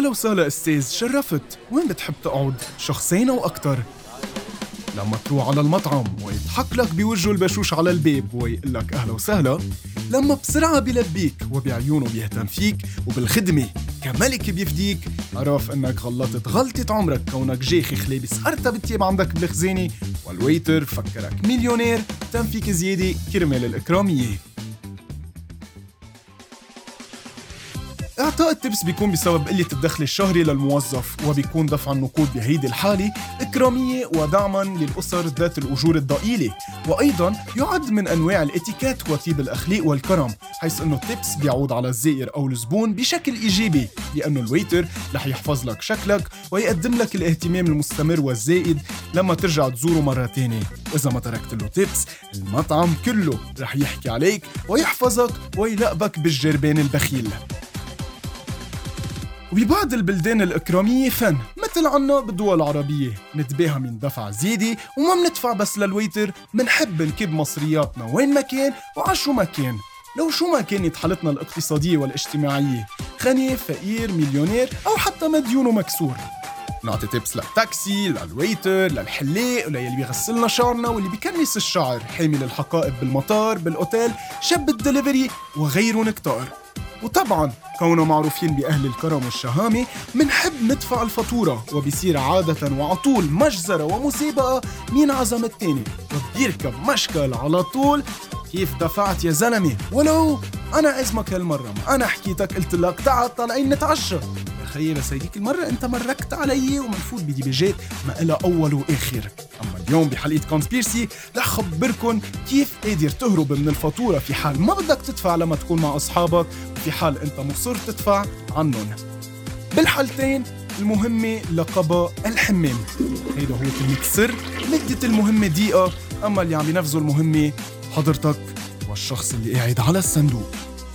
أهلا وسهلا أستاذ، شرفت. وين بتحب تقعد؟ شخصين أو أكتر؟ لما تروح على المطعم ويضحك لك بوجهه البشوش على الباب ويقول لك أهلا وسهلا، لما بسرعة بيلبيك وبعيونه بيهتم فيك وبالخدمة كملك بيفديك، عرف انك غلطت غلطة عمرك كونك جاخي خلابس قرطة بالتياب عندك بالخزانة، والويتر فكرك مليونير تم فيك زيادة كرمال الإكرامية. إعطاء التبس بيكون بسبب قلة الدخل الشهري للموظف، وبيكون دفع النقود بهيدي الحالة إكرامية ودعماً للأسر ذات الأجور الضئيلة، وأيضاً يعد من أنواع الاتيكيت وطيب الأخلاق والكرم، حيث أنه التبس بيعود على الزائر أو الزبون بشكل إيجابي، لأنه الويتر رح يحفظ لك شكلك ويقدم لك الاهتمام المستمر والزائد لما ترجع تزوره مرة تانية. وإذا ما تركت له تبس، المطعم كله رح يحكي عليك ويحفظك ويلقبك بالجربان البخيل. وببعض البلدان الإكرامية فن، مثل عنا بالدول العربية، نتباهى من دفع زيادة وما مندفع بس للويتر، منحب نكب مصرياتنا وين ما كان وعشو ما كان، لو شو ما كانت حالتنا الاقتصادية والاجتماعية، غني فقير مليونير أو حتى مديون ومكسور. نعطي تبس للتاكسي، للويتر، للحلاق، وليلي بيغسلنا شعرنا، واللي بيكنس الشعر، حامل الحقائب بالمطار، بالأوتيل، شاب الدليفري وغيرهم كتار. وطبعاً كونوا معروفين بأهل الكرم والشهامة، منحب ندفع الفاتورة، وبيصير عادة وعطول مجزرة ومسابقة مين عزم التاني، وبيركب مشكل على طول كيف دفعت يا زلمة، ولو أنا أزمك هالمرة، ما أنا حكيتك قلت لك تعال طالعين نتعشى، يا خيي بس هيديك المرة أنت مركت علي ومنفوت بديباجات ما إلها أول وآخر. أما اليوم بحلقة كونسبيرسي رح خبركن كيف قادر تهرب من الفاتورة في حال ما بدك تدفع لما تكون مع أصحابك، وفي حال أنت مصر تدفع عنهم. بالحالتين المهمة لقبها الحمام، هيدا هو كلمة سر، مدة المهمة دقيقة، أما اللي عم ينفذوا المهمة حضرتك والشخص اللي قاعد على الصندوق.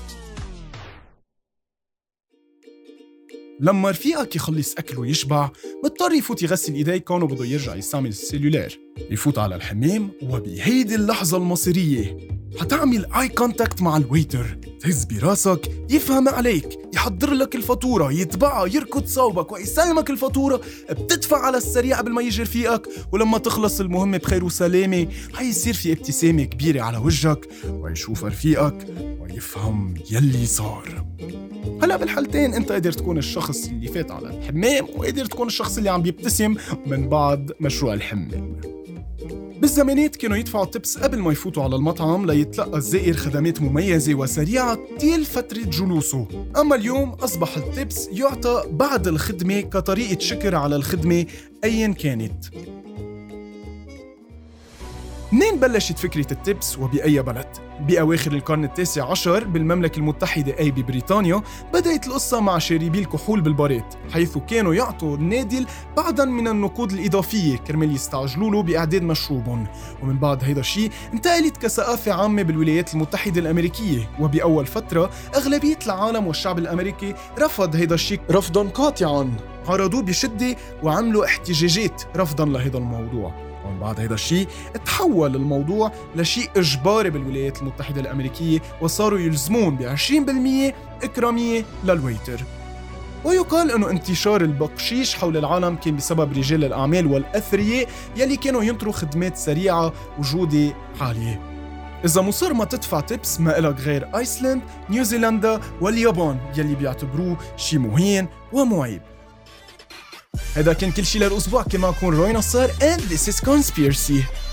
لما رفيقك يخلص أكله ويشبع، مضطر يفوت يغسل إيديه كونه بده يرجع يستعمل السيلولار، يفوت على الحمام، وبهيدي اللحظة المصيرية حتعمل آي كونتاكت مع الويتر، تهز براسك يفهم عليك، يحضر لك الفاتورة، يتبعها، يركض صوبك ويسلمك الفاتورة، بتدفع على السريع قبل ما يجي رفيقك، ولما تخلص المهمة بخير وسلامة حيصير في ابتسامة كبيرة على وجهك، ويشوف رفيقك ويفهم يلي صار. هلا بالحالتين انت قدر تكون الشخص اللي فات على الحمام، وقدر تكون الشخص اللي عم بيبتسم من بعد مشروع الحمام. بالزمانات كانوا يدفعوا تبس قبل ما يفوتوا على المطعم ليتلقى الزائر خدمات مميزة وسريعة طيل فترة جلوسه، أما اليوم أصبح التبس يعطى بعد الخدمة كطريقة شكر على الخدمة أيا كانت. منين بلشت فكرة التبس وبأي بلد؟ بأواخر القرن التاسع عشر بالمملكة المتحدة أي ببريطانيا بدأت القصة مع شاربي الكحول بالبارات، حيث كانوا يعطوا النادل بعضاً من النقود الإضافية كرمال يستعجلوا له بإعداد مشروبهم، ومن بعد هيدا الشيء انتقلت كثقافة عامة بالولايات المتحدة الأمريكية، وبأول فترة أغلبية العالم والشعب الأمريكي رفض هيدا الشيء رفضاً قاطعاً، عرضوه بشدة وعملوا احتجاجات رفضاً لهيدا الموضوع. ومن بعد هيدا الشيء تحول الموضوع لشيء إجباري بالولايات المتحدة الأمريكية، وصاروا يلزمون ب20% إكرامية للويتر. ويقال أنه انتشار البقشيش حول العالم كان بسبب رجال الأعمال والأثرياء يلي كانوا ينطروا خدمات سريعة وجودة عالية. إذا مصر ما تدفع تبس ما إلك غير أيسلند، نيوزيلندا واليابان يلي بيعتبروه شي مهين ومعيب. هذا كان كل شي للأسبوع، كما أكون روي نصار and this is Conspiracy.